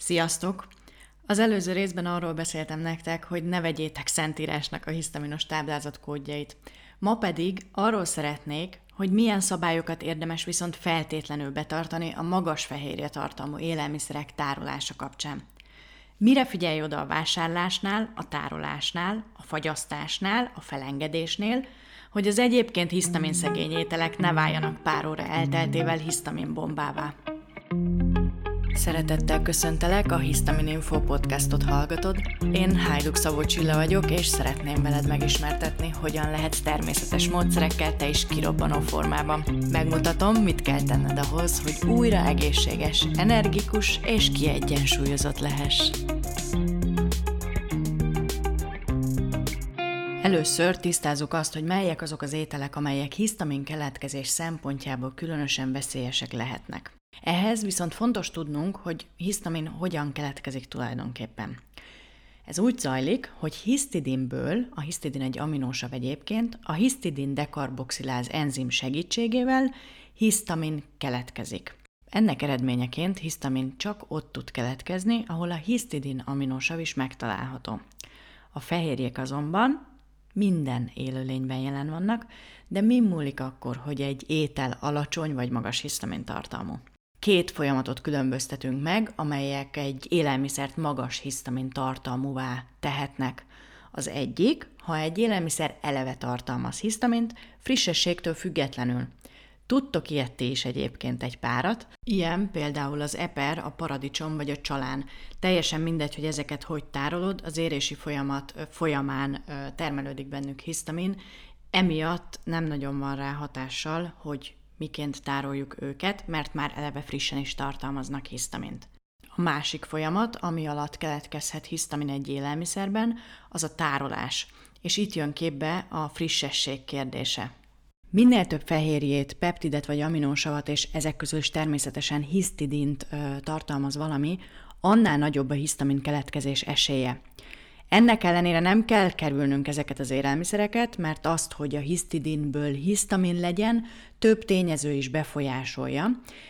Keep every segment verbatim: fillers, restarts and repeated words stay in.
Sziasztok! Az előző részben arról beszéltem nektek, hogy ne vegyétek szentírásnak a hisztaminos táblázat kódjait. Ma pedig arról szeretnék, hogy milyen szabályokat érdemes viszont feltétlenül betartani a magas fehérje tartalmú élelmiszerek tárolása kapcsán. Mire figyelj oda a vásárlásnál, a tárolásnál, a fagyasztásnál, a felengedésnél, hogy az egyébként hisztaminszegény ételek ne váljanak pár óra elteltével hisztaminbombává. Szeretettel köszöntelek, a Hisztamin Info podcastot hallgatod. Én Hajduk Szabó Csilla vagyok, és szeretném veled megismertetni, hogyan lehetsz természetes módszerekkel te is kirobbanó formában. Megmutatom, mit kell tenned ahhoz, hogy újra egészséges, energikus és kiegyensúlyozott lehess. Először tisztázzuk azt, hogy melyek azok az ételek, amelyek hisztamin keletkezés szempontjából különösen veszélyesek lehetnek. Ehhez viszont fontos tudnunk, hogy hisztamin hogyan keletkezik tulajdonképpen. Ez úgy zajlik, hogy hisztidinből, a hisztidin egy aminósav egyébként, a hisztidin dekarboxiláz enzim segítségével hisztamin keletkezik. Ennek eredményeként hisztamin csak ott tud keletkezni, ahol a hisztidin aminósav is megtalálható. A fehérjék azonban minden élőlényben jelen vannak, de mi múlik akkor, hogy egy étel alacsony vagy magas hisztamin tartalmú? Két folyamatot különböztetünk meg, amelyek egy élelmiszert magas hisztamin tartalmúvá tehetnek. Az egyik, ha egy élelmiszer eleve tartalmaz hisztamint, frissességtől függetlenül. Tudtok ilyet ti is egyébként egy párat. Ilyen például az eper, a paradicsom vagy a csalán. Teljesen mindegy, hogy ezeket hogy tárolod, az érési folyamat folyamán termelődik bennük hisztamin, emiatt nem nagyon van rá hatással, hogy miként tároljuk őket, mert már eleve frissen is tartalmaznak hisztamint. A másik folyamat, ami alatt keletkezhet hisztamin egy élelmiszerben, az a tárolás, és itt jön képbe a frissesség kérdése. Minél több fehérjét, peptidet vagy aminósavat, és ezek közül is természetesen hisztidint ö, tartalmaz valami, annál nagyobb a hisztamin keletkezés esélye. Ennek ellenére nem kell kerülnünk ezeket az élelmiszereket, mert azt, hogy a hisztidinből hisztamin legyen, több tényező is befolyásolja.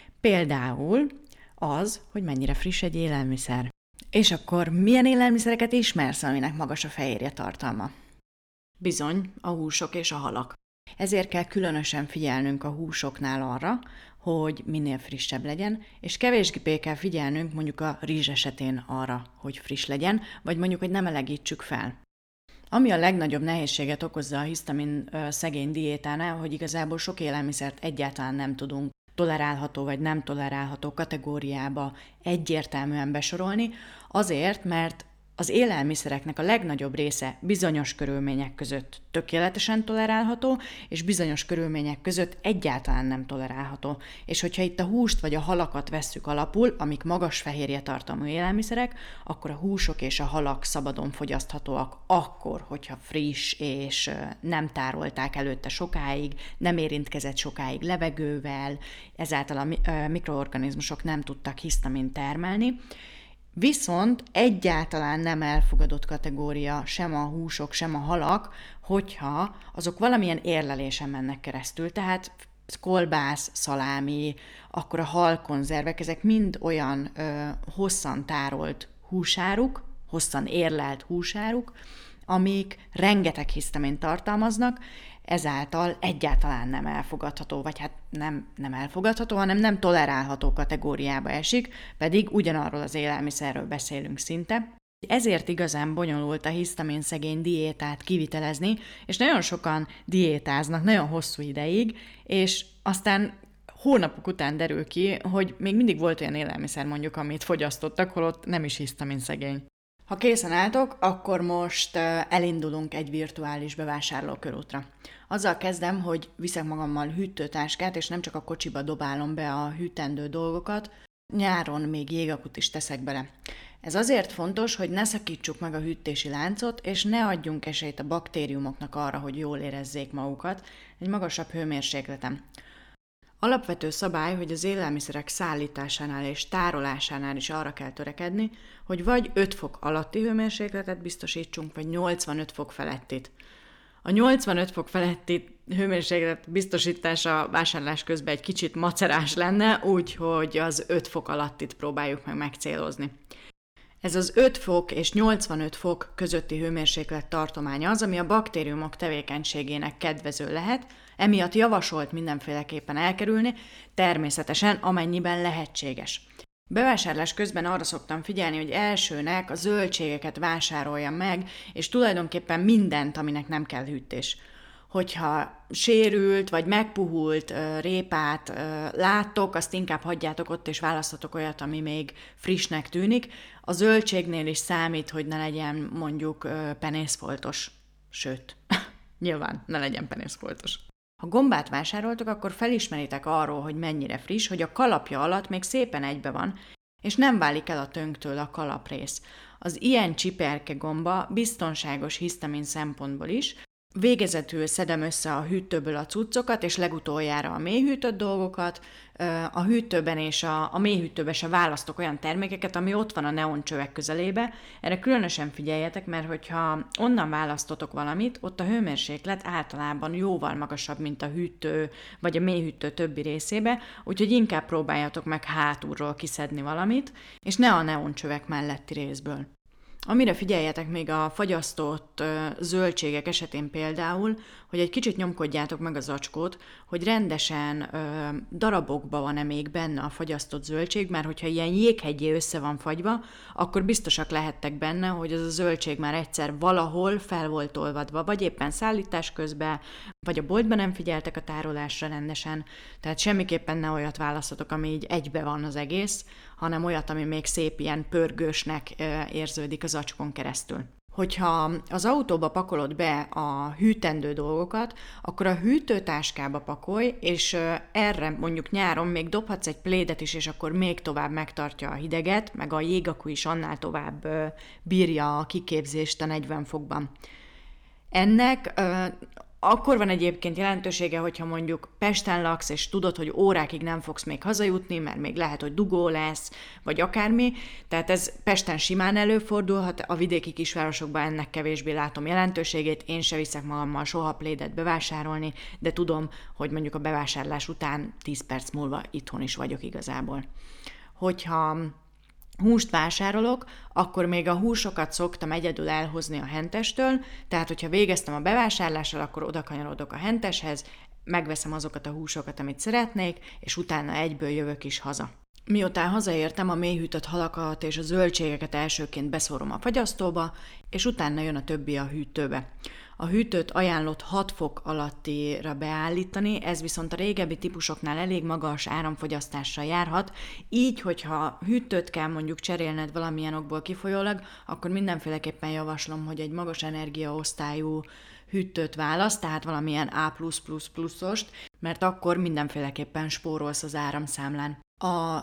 Például az, hogy mennyire friss egy élelmiszer. És akkor milyen élelmiszereket ismersz, aminek magas a fehérje tartalma? Bizony, a húsok és a halak. Ezért kell különösen figyelnünk a húsoknál arra, hogy minél frissebb legyen, és kevésbé kell figyelnünk mondjuk a rizs esetén arra, hogy friss legyen, vagy mondjuk, hogy nem melegítsük fel. Ami a legnagyobb nehézséget okozza a hisztamin szegény diétánál, hogy igazából sok élelmiszert egyáltalán nem tudunk tolerálható vagy nem tolerálható kategóriába egyértelműen besorolni, azért, mert az élelmiszereknek a legnagyobb része bizonyos körülmények között tökéletesen tolerálható, és bizonyos körülmények között egyáltalán nem tolerálható. És hogyha itt a húst vagy a halakat vesszük alapul, amik magas fehérje tartalmú élelmiszerek, akkor a húsok és a halak szabadon fogyaszthatóak akkor, hogyha friss és nem tárolták előtte sokáig, nem érintkezett sokáig levegővel, ezáltal a mikroorganizmusok nem tudtak hisztamint termelni. Viszont egyáltalán nem elfogadott kategória sem a húsok, sem a halak, hogyha azok valamilyen érlelésen mennek keresztül. Tehát kolbász, szalámi, akkor a halkonzervek, ezek mind olyan ö, hosszan tárolt húsáruk, hosszan érlelt húsáruk, amik rengeteg hisztamint tartalmaznak, ezáltal egyáltalán nem elfogadható, vagy hát nem, nem elfogadható, hanem nem tolerálható kategóriába esik, pedig ugyanarról az élelmiszerről beszélünk szinte. Ezért igazán bonyolult a hisztaminszegény diétát kivitelezni, és nagyon sokan diétáznak nagyon hosszú ideig, és aztán hónapok után derül ki, hogy még mindig volt olyan élelmiszer mondjuk, amit fogyasztottak, holott nem is hisztaminszegény. Ha készen álltok, akkor most elindulunk egy virtuális bevásárlókörútra. Azzal kezdem, hogy viszek magammal hűtőtáskát, és nem csak a kocsiba dobálom be a hűtendő dolgokat, nyáron még jégakut is teszek bele. Ez azért fontos, hogy ne szakítsuk meg a hűtési láncot, és ne adjunk esélyt a baktériumoknak arra, hogy jól érezzék magukat egy magasabb hőmérsékleten. Alapvető szabály, hogy az élelmiszerek szállításánál és tárolásánál is arra kell törekedni, hogy vagy öt fok alatti hőmérsékletet biztosítsunk, vagy nyolcvanöt fok felettit. A nyolcvanöt fok feletti hőmérséklet biztosítása vásárlás közben egy kicsit macerás lenne, úgyhogy az öt fok alattit próbáljuk meg megcélozni. Ez az öt fok és nyolcvanöt fok közötti hőmérséklet tartománya az, ami a baktériumok tevékenységének kedvező lehet, emiatt javasolt mindenféleképpen elkerülni, természetesen amennyiben lehetséges. Bevásárlás közben arra szoktam figyelni, hogy elsőnek a zöldségeket vásároljam meg, és tulajdonképpen mindent, aminek nem kell hűtés. Hogyha sérült vagy megpuhult répát láttok, azt inkább hagyjátok ott, és választatok olyat, ami még frissnek tűnik. A zöldségnél is számít, hogy ne legyen mondjuk penészfoltos. Sőt, nyilván ne legyen penészfoltos. Ha gombát vásároltok, akkor felismeritek arról, hogy mennyire friss, hogy a kalapja alatt még szépen egybe van, és nem válik el a tönktől a kalaprész. Az ilyen csiperke gomba biztonságos hisztamin szempontból is. Végezetül szedem össze a hűtőből a cuccokat, és legutoljára a mélyhűtött dolgokat. A hűtőben és a, a mélyhűtőben se választok olyan termékeket, ami ott van a neoncsövek közelébe. Erre különösen figyeljetek, mert hogyha onnan választotok valamit, ott a hőmérséklet általában jóval magasabb, mint a hűtő vagy a mélyhűtő többi részébe, úgyhogy inkább próbáljatok meg hátulról kiszedni valamit, és ne a neoncsövek melletti részből. Amire figyeljetek még a fagyasztott ö, zöldségek esetén például, hogy egy kicsit nyomkodjátok meg a zacskót, hogy rendesen ö, darabokba van-e még benne a fagyasztott zöldség, mert hogyha ilyen jéghegyé össze van fagyva, akkor biztosak lehettek benne, hogy az a zöldség már egyszer valahol fel volt olvadva, vagy éppen szállítás közben, vagy a boltban nem figyeltek a tárolásra rendesen, tehát semmiképpen ne olyat választatok, ami így egybe van az egész, hanem olyat, ami még szép ilyen pörgősnek érződik az zacskón keresztül. Hogyha az autóba pakolod be a hűtendő dolgokat, akkor a hűtőtáskába pakolj, és erre mondjuk nyáron még dobhatsz egy plédet is, és akkor még tovább megtartja a hideget, meg a jégakú is annál tovább bírja a kiképzést a negyven fokban. Ennek akkor van egyébként jelentősége, hogyha mondjuk Pesten laksz, és tudod, hogy órákig nem fogsz még hazajutni, mert még lehet, hogy dugó lesz, vagy akármi. Tehát ez Pesten simán előfordulhat, a vidéki kisvárosokban ennek kevésbé látom jelentőségét, én se viszek magammal soha plédet bevásárolni, de tudom, hogy mondjuk a bevásárlás után tíz perc múlva itthon is vagyok igazából. Hogyha húst vásárolok, akkor még a húsokat szoktam egyedül elhozni a hentestől, tehát hogyha végeztem a bevásárlással, akkor oda kanyarodok a henteshez, megveszem azokat a húsokat, amit szeretnék, és utána egyből jövök is haza. Miután hazaértem, a mélyhűtött halakat és a zöldségeket elsőként beszórom a fagyasztóba, és utána jön a többi a hűtőbe. A hűtőt ajánlott hat fok alattira beállítani, ez viszont a régebbi típusoknál elég magas áramfogyasztással járhat, így, hogyha hűtőt kell mondjuk cserélned valamilyen okból kifolyólag, akkor mindenféleképpen javaslom, hogy egy magas energiaosztályú hűtőt választ, tehát valamilyen A plusz plusz pluszost, mert akkor mindenféleképpen spórolsz az áramszámlán. A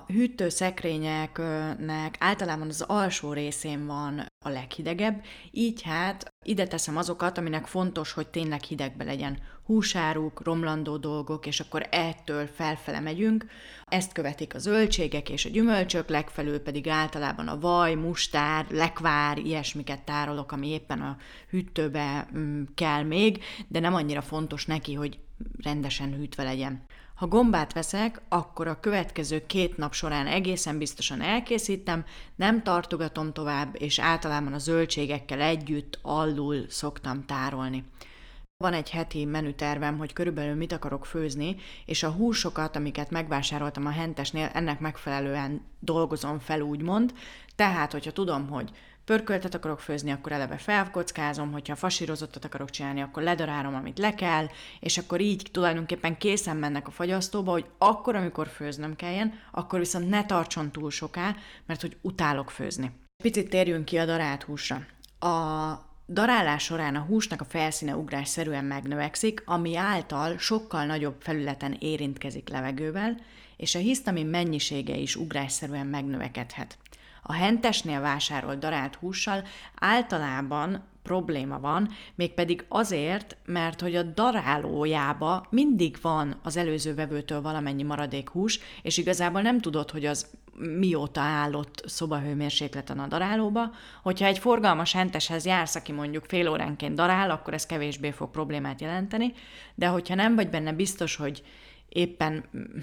hűtőszekrényeknek általában az alsó részén van a leghidegebb, így hát ide teszem azokat, aminek fontos, hogy tényleg hidegbe legyen. Húsáruk, romlandó dolgok, és akkor ettől felfele megyünk. Ezt követik a zöldségek és a gyümölcsök, legfelül pedig általában a vaj, mustár, lekvár, ilyesmiket tárolok, ami éppen a hűtőbe kell még, de nem annyira fontos neki, hogy rendesen hűtve legyen. Ha gombát veszek, akkor a következő két nap során egészen biztosan elkészítem, nem tartogatom tovább, és általában a zöldségekkel együtt alul szoktam tárolni. Van egy heti menütervem, hogy körülbelül mit akarok főzni, és a húsokat, amiket megvásároltam a hentesnél, ennek megfelelően dolgozom fel, úgymond. Tehát, hogyha tudom, hogy pörköltet akarok főzni, akkor eleve felkockázom, hogyha fasírozottat akarok csinálni, akkor ledarálom, amit le kell, és akkor így tulajdonképpen készen mennek a fagyasztóba, hogy akkor, amikor főznöm kelljen, akkor viszont ne tartson túl soká, mert hogy utálok főzni. Picit térjünk ki a darált húsra. A darálás során a húsnak a felszíne ugrásszerűen megnövekszik, ami által sokkal nagyobb felületen érintkezik levegővel, és a hisztamin mennyisége is ugrásszerűen megnövekedhet. A hentesnél vásárolt darált hússal általában probléma van, mégpedig azért, mert hogy a darálójába mindig van az előző vevőtől valamennyi maradék hús, és igazából nem tudod, hogy az mióta állott szobahőmérsékleten a darálóba. Hogyha egy forgalmas henteshez jársz, aki mondjuk fél óránként darál, akkor ez kevésbé fog problémát jelenteni, de hogyha nem vagy benne biztos, hogy éppen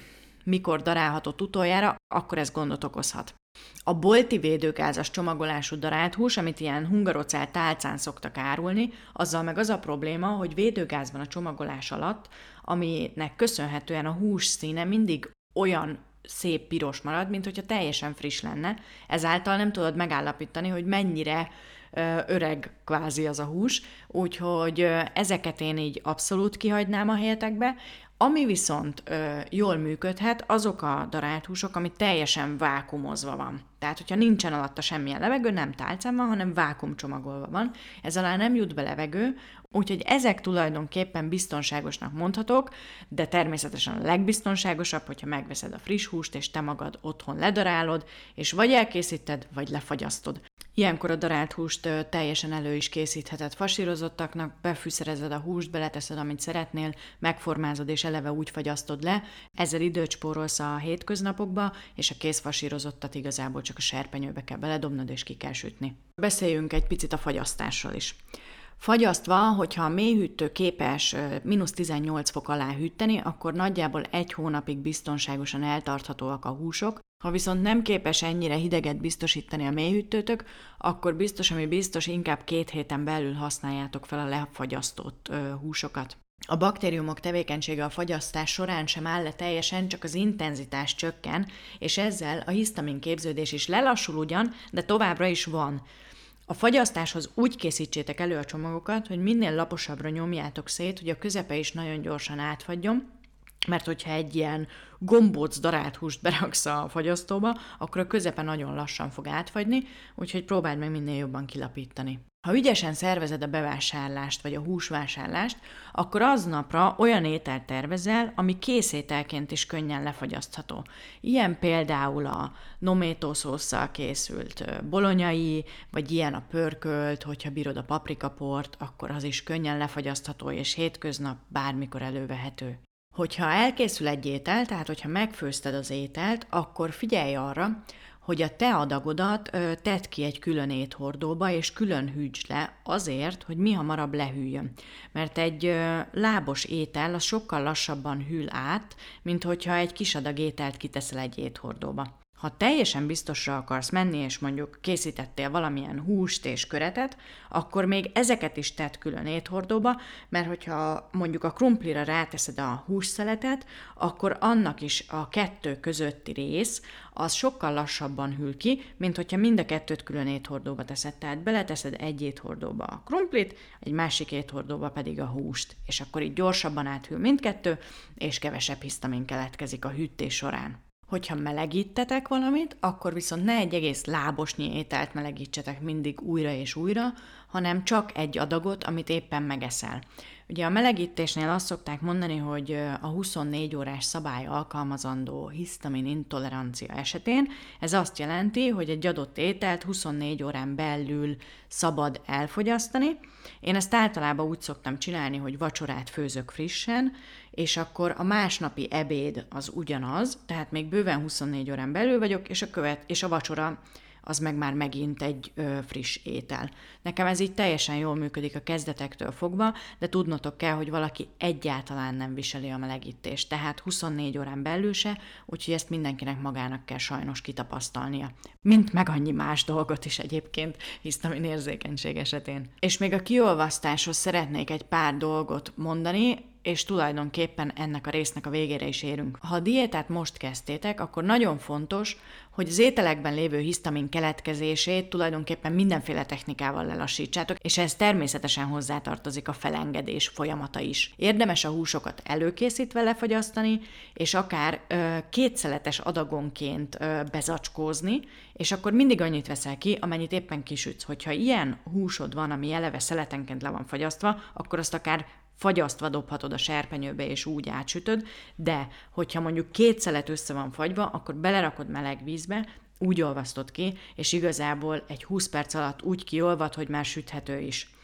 mikor darálhatott utoljára, akkor ez gondot okozhat. A bolti védőgázas csomagolású darált hús, amit ilyen hungarocell tálcán szoktak árulni, azzal meg az a probléma, hogy védőgáz van a csomagolás alatt, aminek köszönhetően a hús színe mindig olyan szép piros marad, mint hogyha teljesen friss lenne. Ezáltal nem tudod megállapítani, hogy mennyire ö, öreg kvázi az a hús, úgyhogy ö, ezeket én így abszolút kihagynám a helyetekbe. Ami viszont ö, jól működhet, azok a darált húsok, ami teljesen vákuumozva van. Tehát, hogyha nincsen alatta semmilyen levegő, nem tálcán van, hanem vákuumcsomagolva van. Ez alá nem jut be levegő, úgyhogy ezek tulajdonképpen biztonságosnak mondhatók, de természetesen a legbiztonságosabb, hogyha megveszed a friss húst, és te magad otthon ledarálod, és vagy elkészíted, vagy lefagyasztod. Ilyenkor a darált húst ö, teljesen elő is készítheted fasírozottaknak, befűszerezed a húst, beleteszed, amit szeretnél, megformázod és eleve úgy fagyasztod le, ezzel időt spórolsz a hétköznapokba, és a készfasírozottat igazából csak a serpenyőbe kell beledobnod és ki kell sütni. Beszéljünk egy picit a fagyasztásról is. Fagyasztva, hogyha a mélyhűtő képes mínusz tizennyolc fok alá hűteni, akkor nagyjából egy hónapig biztonságosan eltarthatóak a húsok. Ha viszont nem képes ennyire hideget biztosítani a mélyhűtőtök, akkor biztos, ami biztos, inkább két héten belül használjátok fel a lefagyasztott ö, húsokat. A baktériumok tevékenysége a fagyasztás során sem áll le teljesen, csak az intenzitás csökken, és ezzel a hisztamin képződés is lelassul ugyan, de továbbra is van. A fagyasztáshoz úgy készítsétek elő a csomagokat, hogy minél laposabbra nyomjátok szét, hogy a közepe is nagyon gyorsan átfagyjon, mert hogyha egy ilyen gombóc darált húst beraksz a fagyasztóba, akkor a közepe nagyon lassan fog átfagyni, úgyhogy próbáld meg minél jobban kilapítani. Ha ügyesen szervezed a bevásárlást vagy a húsvásárlást, akkor aznapra olyan ételt tervezel, ami készételként is könnyen lefagyasztható. Ilyen például a nométó szósszal készült bolonyai, vagy ilyen a pörkölt, hogyha bírod a paprikaport, akkor az is könnyen lefagyasztható és hétköznap bármikor elővehető. Hogyha elkészül egy étel, tehát hogyha megfőzted az ételt, akkor figyelj arra, hogy a te adagodat ö, tedd ki egy külön éthordóba, és külön hűtsd le azért, hogy mihamarabb lehűljön. Mert egy ö, lábos étel az sokkal lassabban hűl át, mint hogyha egy kis adag ételt kiteszel egy éthordóba. Ha teljesen biztosra akarsz menni, és mondjuk készítettél valamilyen húst és köretet, akkor még ezeket is tedd külön éthordóba, mert hogyha mondjuk a krumplira ráteszed a hússzeletet, akkor annak is a kettő közötti rész az sokkal lassabban hűl ki, mint hogyha mind a kettőt külön éthordóba teszed. Tehát beleteszed egy éthordóba a krumplit, egy másik éthordóba pedig a húst, és akkor így gyorsabban áthűl mindkettő, és kevesebb hisztamin keletkezik a hűtés során. Hogyha melegítetek valamit, akkor viszont ne egy egész lábosnyi ételt melegítsetek mindig újra és újra, hanem csak egy adagot, amit éppen megeszel. Ugye a melegítésnél azt szokták mondani, hogy a huszonnégy órás szabály alkalmazandó hisztamin intolerancia esetén ez azt jelenti, hogy egy adott ételt huszonnégy órán belül szabad elfogyasztani. Én ezt általában úgy szoktam csinálni, hogy vacsorát főzök frissen, és akkor a másnapi ebéd az ugyanaz, tehát még bőven huszonnégy órán belül vagyok, és a követ és a vacsora az meg már megint egy ö, friss étel. Nekem ez így teljesen jól működik a kezdetektől fogva, de tudnotok kell, hogy valaki egyáltalán nem viseli a melegítést, tehát huszonnégy órán belül se, úgyhogy ezt mindenkinek magának kell sajnos kitapasztalnia. Mint meg annyi más dolgot is egyébként, hisztamin érzékenység esetén. És még a kiolvasztáshoz szeretnék egy pár dolgot mondani, és tulajdonképpen ennek a résznek a végére is érünk. Ha a diétát most kezdtétek, akkor nagyon fontos, hogy az ételekben lévő hisztamin keletkezését tulajdonképpen mindenféle technikával lelassítsátok, és ez természetesen hozzátartozik a felengedés folyamata is. Érdemes a húsokat előkészítve lefagyasztani, és akár ö, kétszeletes adagonként ö, bezacskózni, és akkor mindig annyit veszel ki, amennyit éppen kisütsz. Hogyha ilyen húsod van, ami eleve szeletenként le van fagyasztva, akkor azt akár fagyasztva dobhatod a serpenyőbe, és úgy átsütöd, de hogyha mondjuk két szelet össze van fagyva, akkor belerakod meleg vízbe, úgy olvasztod ki, és igazából egy húsz perc alatt úgy kiolvad, hogy már süthető is.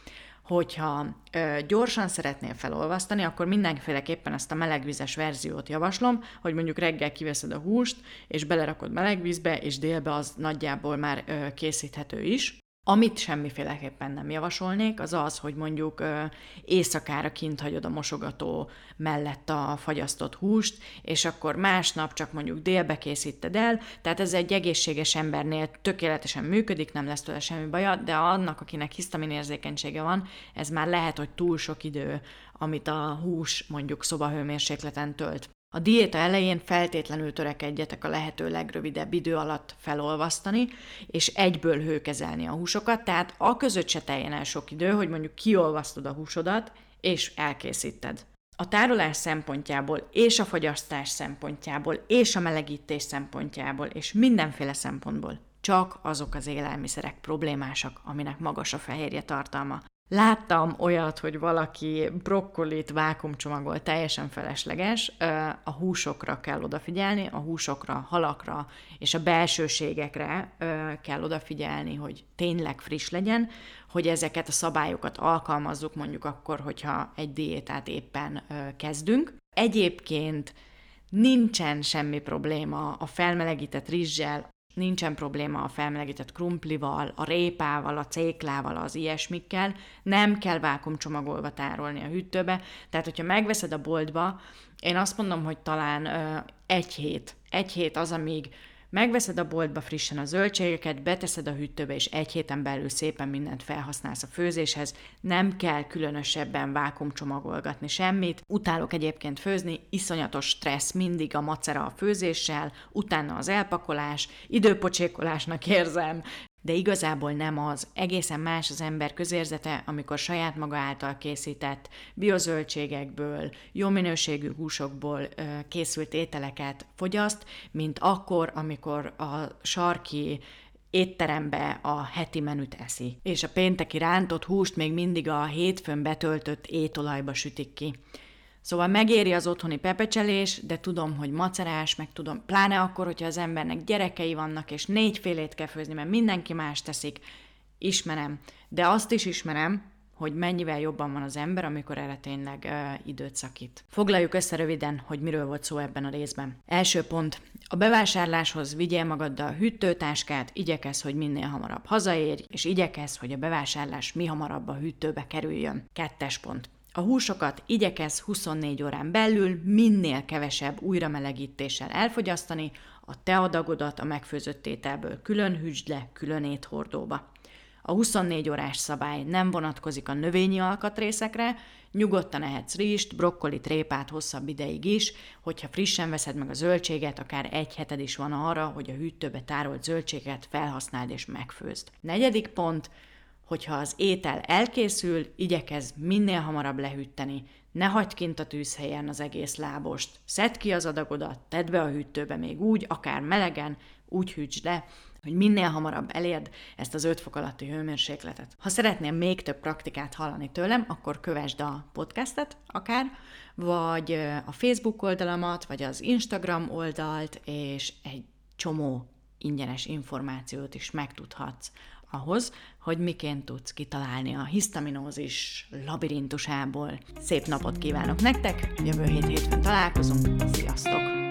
Hogyha ö, gyorsan szeretnél felolvasztani, akkor mindenféleképpen ezt a melegvizes verziót javaslom, hogy mondjuk reggel kiveszed a húst, és belerakod melegvízbe, és délbe az nagyjából már ö, készíthető is. Amit semmiféleképpen nem javasolnék, az az, hogy mondjuk ö, éjszakára kint hagyod a mosogató mellett a fagyasztott húst, és akkor másnap csak mondjuk délbe készíted el, tehát ez egy egészséges embernél tökéletesen működik, nem lesz tőle semmi baja, de annak, akinek hisztaminérzékenysége van, ez már lehet, hogy túl sok idő, amit a hús mondjuk szobahőmérsékleten tölt. A diéta elején feltétlenül törekedjetek a lehető legrövidebb idő alatt felolvasztani, és egyből hőkezelni a húsokat, tehát a között se teljen el sok idő, hogy mondjuk kiolvasztod a húsodat, és elkészíted. A tárolás szempontjából, és a fogyasztás szempontjából, és a melegítés szempontjából, és mindenféle szempontból csak azok az élelmiszerek problémásak, aminek magas a fehérje tartalma. Láttam olyat, hogy valaki brokkolit vákuumcsomagol, teljesen felesleges, a húsokra kell odafigyelni, a húsokra, halakra és a belsőségekre kell odafigyelni, hogy tényleg friss legyen, hogy ezeket a szabályokat alkalmazzuk mondjuk akkor, hogyha egy diétát éppen kezdünk. Egyébként nincsen semmi probléma a felmelegített rizssel, nincsen probléma a felmelegített krumplival, a répával, a céklával, az ilyesmikkel, nem kell vákuumcsomagolva tárolni a hűtőbe, tehát hogyha megveszed a boltba, én azt mondom, hogy talán ö, egy hét, egy hét az, amíg megveszed a boltba frissen a zöldségeket, beteszed a hűtőbe, és egy héten belül szépen mindent felhasználsz a főzéshez. Nem kell különösebben vákuumcsomagolgatni semmit. Utálok egyébként főzni, iszonyatos stressz mindig a macera a főzéssel, utána az elpakolás, időpocsékolásnak érzem, de igazából nem az. Egészen más az ember közérzete, amikor saját maga által készített biozöldségekből, jó minőségű húsokból ö, készült ételeket fogyaszt, mint akkor, amikor a sarki étterembe a heti menüt eszi. És a pénteki rántott húst még mindig a hétfőn betöltött étolajba sütik ki. Szóval megéri az otthoni pepecselés, de tudom, hogy macerás, meg tudom, pláne akkor, hogyha az embernek gyerekei vannak, és négyfélét kell főzni, mert mindenki más teszik, ismerem. De azt is ismerem, hogy mennyivel jobban van az ember, amikor erre tényleg uh, időt szakít. Foglaljuk össze röviden, hogy miről volt szó ebben a részben. Első pont. A bevásárláshoz vigyél magaddal a hűtőtáskát, igyekezz, hogy minél hamarabb hazaérj, és igyekezz, hogy a bevásárlás mi hamarabb a hűtőbe kerüljön. Kettes pont. A húsokat igyekezz huszonnégy órán belül minél kevesebb újramelegítéssel elfogyasztani, a te adagodat a megfőzött ételből külön hűtsd le, külön éthordóba. A huszonnégy órás szabály nem vonatkozik a növényi alkatrészekre, nyugodtan ehetsz rizst, brokkolit, répát hosszabb ideig is, hogyha frissen veszed meg a zöldséget, akár egy heted is van arra, hogy a hűtőbe tárolt zöldséget felhasználd és megfőzd. Negyedik pont, hogyha az étel elkészül, igyekezz minél hamarabb lehűteni, ne hagyd kint a tűzhelyen az egész lábost, szedd ki az adagodat, tedd be a hűtőbe még úgy, akár melegen, úgy hűtsd le, hogy minél hamarabb elérd ezt az öt fok alatti hőmérsékletet. Ha szeretnél még több praktikát hallani tőlem, akkor kövesd a podcastet akár, vagy a Facebook oldalamat, vagy az Instagram oldalt, és egy csomó ingyenes információt is megtudhatsz ahhoz, hogy miként tudsz kitalálni a hisztaminózis labirintusából. Szép napot kívánok nektek, jövő hét hétfőn találkozunk, sziasztok!